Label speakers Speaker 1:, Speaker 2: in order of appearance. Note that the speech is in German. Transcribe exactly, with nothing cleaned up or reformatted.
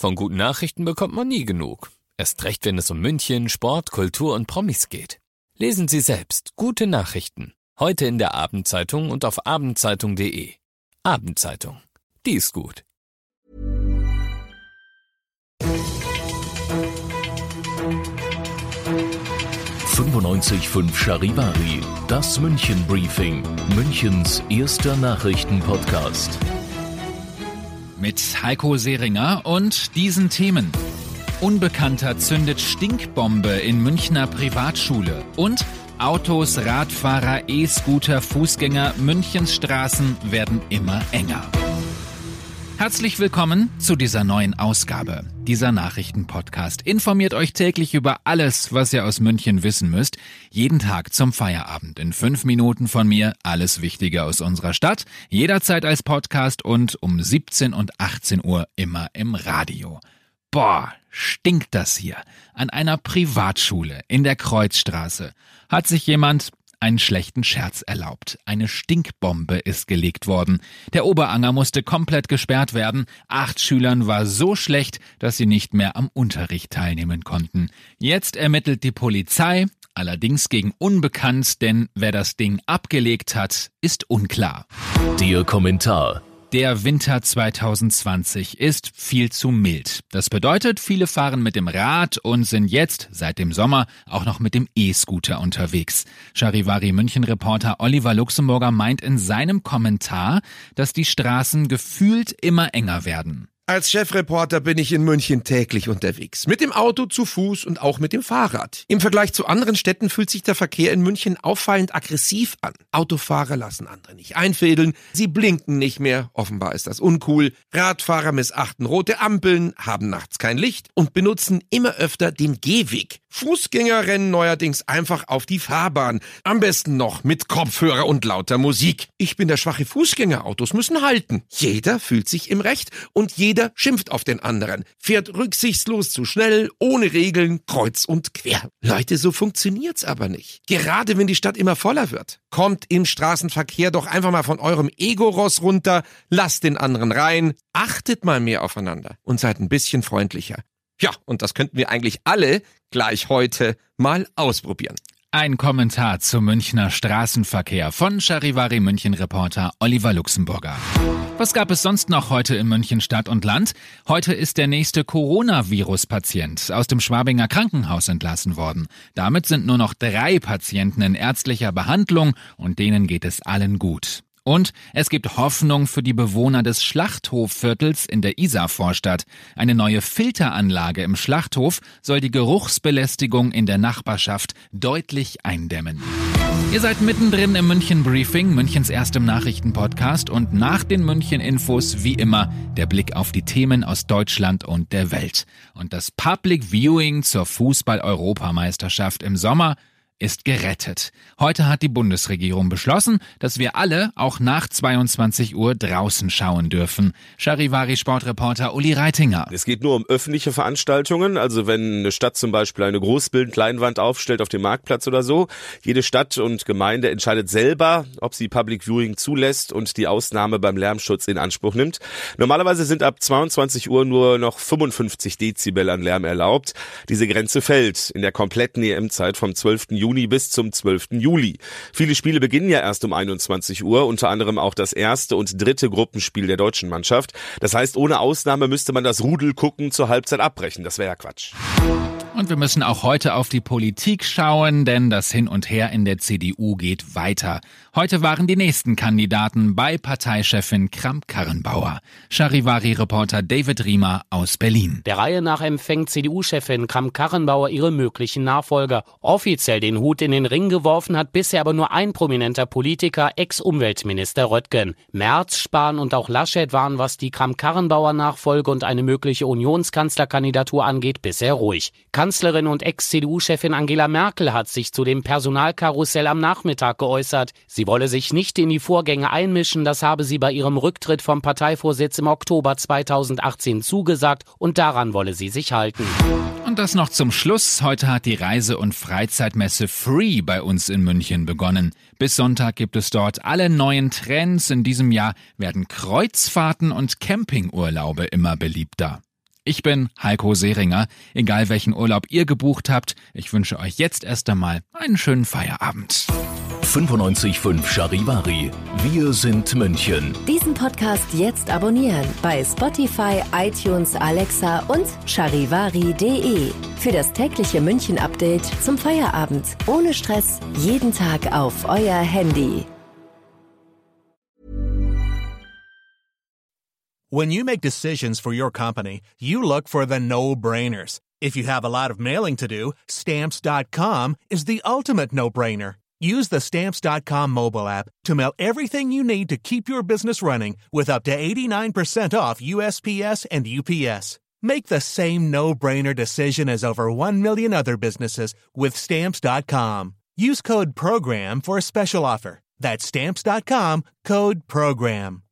Speaker 1: Von guten Nachrichten bekommt man nie genug. Erst recht, wenn es um München, Sport, Kultur und Promis geht. Lesen Sie selbst gute Nachrichten. Heute in der Abendzeitung und auf abendzeitung punkt de. Abendzeitung. Die ist gut.
Speaker 2: fünfundneunzig Komma fünf Charivari, das München Briefing, Münchens erster Nachrichtenpodcast.
Speaker 3: Mit Heiko Seringer und diesen Themen. Unbekannter zündet Stinkbombe in Münchner Privatschule und Autos, Radfahrer, E-Scooter, Fußgänger, Münchens Straßen werden immer enger. Herzlich willkommen zu dieser neuen Ausgabe. Dieser Nachrichtenpodcast informiert euch täglich über alles, was ihr aus München wissen müsst. Jeden Tag zum Feierabend in fünf Minuten von mir. Alles Wichtige aus unserer Stadt. Jederzeit als Podcast und um siebzehn und achtzehn Uhr immer im Radio. Boah, stinkt das hier. An einer Privatschule in der Kreuzstraße hat sich jemand einen schlechten Scherz erlaubt. Eine Stinkbombe ist gelegt worden. Der Oberanger musste komplett gesperrt werden. Acht Schülern war so schlecht, dass sie nicht mehr am Unterricht teilnehmen konnten. Jetzt ermittelt die Polizei, allerdings gegen Unbekannt, denn wer das Ding abgelegt hat, ist unklar.
Speaker 2: Der Kommentar.
Speaker 3: Der Winter zwanzig zwanzig ist viel zu mild. Das bedeutet, viele fahren mit dem Rad und sind jetzt, seit dem Sommer, auch noch mit dem E-Scooter unterwegs. Charivari München-Reporter Oliver Luxemburger meint in seinem Kommentar, dass die Straßen gefühlt immer enger werden.
Speaker 4: Als Chefreporter bin ich in München täglich unterwegs. Mit dem Auto, zu Fuß und auch mit dem Fahrrad. Im Vergleich zu anderen Städten fühlt sich der Verkehr in München auffallend aggressiv an. Autofahrer lassen andere nicht einfädeln. Sie blinken nicht mehr. Offenbar ist das uncool. Radfahrer missachten rote Ampeln, haben nachts kein Licht und benutzen immer öfter den Gehweg. Fußgänger rennen neuerdings einfach auf die Fahrbahn. Am besten noch mit Kopfhörer und lauter Musik. Ich bin der schwache Fußgänger. Autos müssen halten. Jeder fühlt sich im Recht und jeder Jeder schimpft auf den anderen, fährt rücksichtslos zu schnell, ohne Regeln, kreuz und quer. Leute, so funktioniert's aber nicht. Gerade wenn die Stadt immer voller wird. Kommt im Straßenverkehr doch einfach mal von eurem Ego-Ross runter, lasst den anderen rein, achtet mal mehr aufeinander und seid ein bisschen freundlicher. Ja, und das könnten wir eigentlich alle gleich heute mal ausprobieren.
Speaker 3: Ein Kommentar zum Münchner Straßenverkehr von Charivari München-Reporter Oliver Luxemburger. Was gab es sonst noch heute in München Stadt und Land? Heute ist der nächste Coronavirus-Patient aus dem Schwabinger Krankenhaus entlassen worden. Damit sind nur noch drei Patienten in ärztlicher Behandlung und denen geht es allen gut. Und es gibt Hoffnung für die Bewohner des Schlachthofviertels in der Isarvorstadt. Eine neue Filteranlage im Schlachthof soll die Geruchsbelästigung in der Nachbarschaft deutlich eindämmen. Ihr seid mittendrin im München Briefing, Münchens erstem Nachrichtenpodcast, und nach den München Infos wie immer der Blick auf die Themen aus Deutschland und der Welt. Und das Public Viewing zur Fußball-Europameisterschaft im Sommer ist gerettet. Heute hat die Bundesregierung beschlossen, dass wir alle auch nach zweiundzwanzig Uhr draußen schauen dürfen. Charivari-Sportreporter Uli Reitinger.
Speaker 5: Es geht nur um öffentliche Veranstaltungen, also wenn eine Stadt zum Beispiel eine Großbildleinwand aufstellt auf dem Marktplatz oder so. Jede Stadt und Gemeinde entscheidet selber, ob sie Public Viewing zulässt und die Ausnahme beim Lärmschutz in Anspruch nimmt. Normalerweise sind ab zweiundzwanzig Uhr nur noch fünfundfünfzig Dezibel an Lärm erlaubt. Diese Grenze fällt in der kompletten E M-Zeit vom zwölften Juni bis zum zwölften Juli. Viele Spiele beginnen ja erst um einundzwanzig Uhr, unter anderem auch das erste und dritte Gruppenspiel der deutschen Mannschaft. Das heißt, ohne Ausnahme müsste man das Rudelgucken zur Halbzeit abbrechen. Das wäre ja Quatsch.
Speaker 3: Und wir müssen auch heute auf die Politik schauen, denn das Hin und Her in der C D U geht weiter. Heute waren die nächsten Kandidaten bei Parteichefin Kramp-Karrenbauer. Charivari-Reporter David Riemer aus Berlin.
Speaker 6: Der Reihe nach empfängt C D U-Chefin Kramp-Karrenbauer ihre möglichen Nachfolger. Offiziell den Hut in den Ring geworfen hat bisher aber nur ein prominenter Politiker, Ex-Umweltminister Röttgen. Merz, Spahn und auch Laschet waren, was die Kramp-Karrenbauer-Nachfolge und eine mögliche Unionskanzlerkandidatur angeht, bisher ruhig. Kanzlerin und Ex-C D U-Chefin Angela Merkel hat sich zu dem Personalkarussell am Nachmittag geäußert. Sie wolle sich nicht in die Vorgänge einmischen, das habe sie bei ihrem Rücktritt vom Parteivorsitz im Oktober zweitausendachtzehn zugesagt und daran wolle sie sich halten.
Speaker 3: Und das noch zum Schluss. Heute hat die Reise- und Freizeitmesse Free bei uns in München begonnen. Bis Sonntag gibt es dort alle neuen Trends. In diesem Jahr werden Kreuzfahrten und Campingurlaube immer beliebter. Ich bin Heiko Seringer. Egal welchen Urlaub ihr gebucht habt, ich wünsche euch jetzt erst einmal einen schönen Feierabend.
Speaker 2: fünfundneunzig Komma fünf Charivari. Wir sind München.
Speaker 7: Diesen Podcast jetzt abonnieren bei Spotify, iTunes, Alexa und charivari punkt de. Für das tägliche München-Update zum Feierabend. Ohne Stress, jeden Tag auf euer Handy.
Speaker 8: When you make decisions for your company, you look for the no-brainers. If you have a lot of mailing to do, Stamps dot com is the ultimate no-brainer. Use the Stamps dot com mobile app to mail everything you need to keep your business running with up to eighty-nine percent off U S P S and U P S. Make the same no-brainer decision as over one million other businesses with Stamps dot com. Use code PROGRAM for a special offer. That's Stamps dot com, code PROGRAM.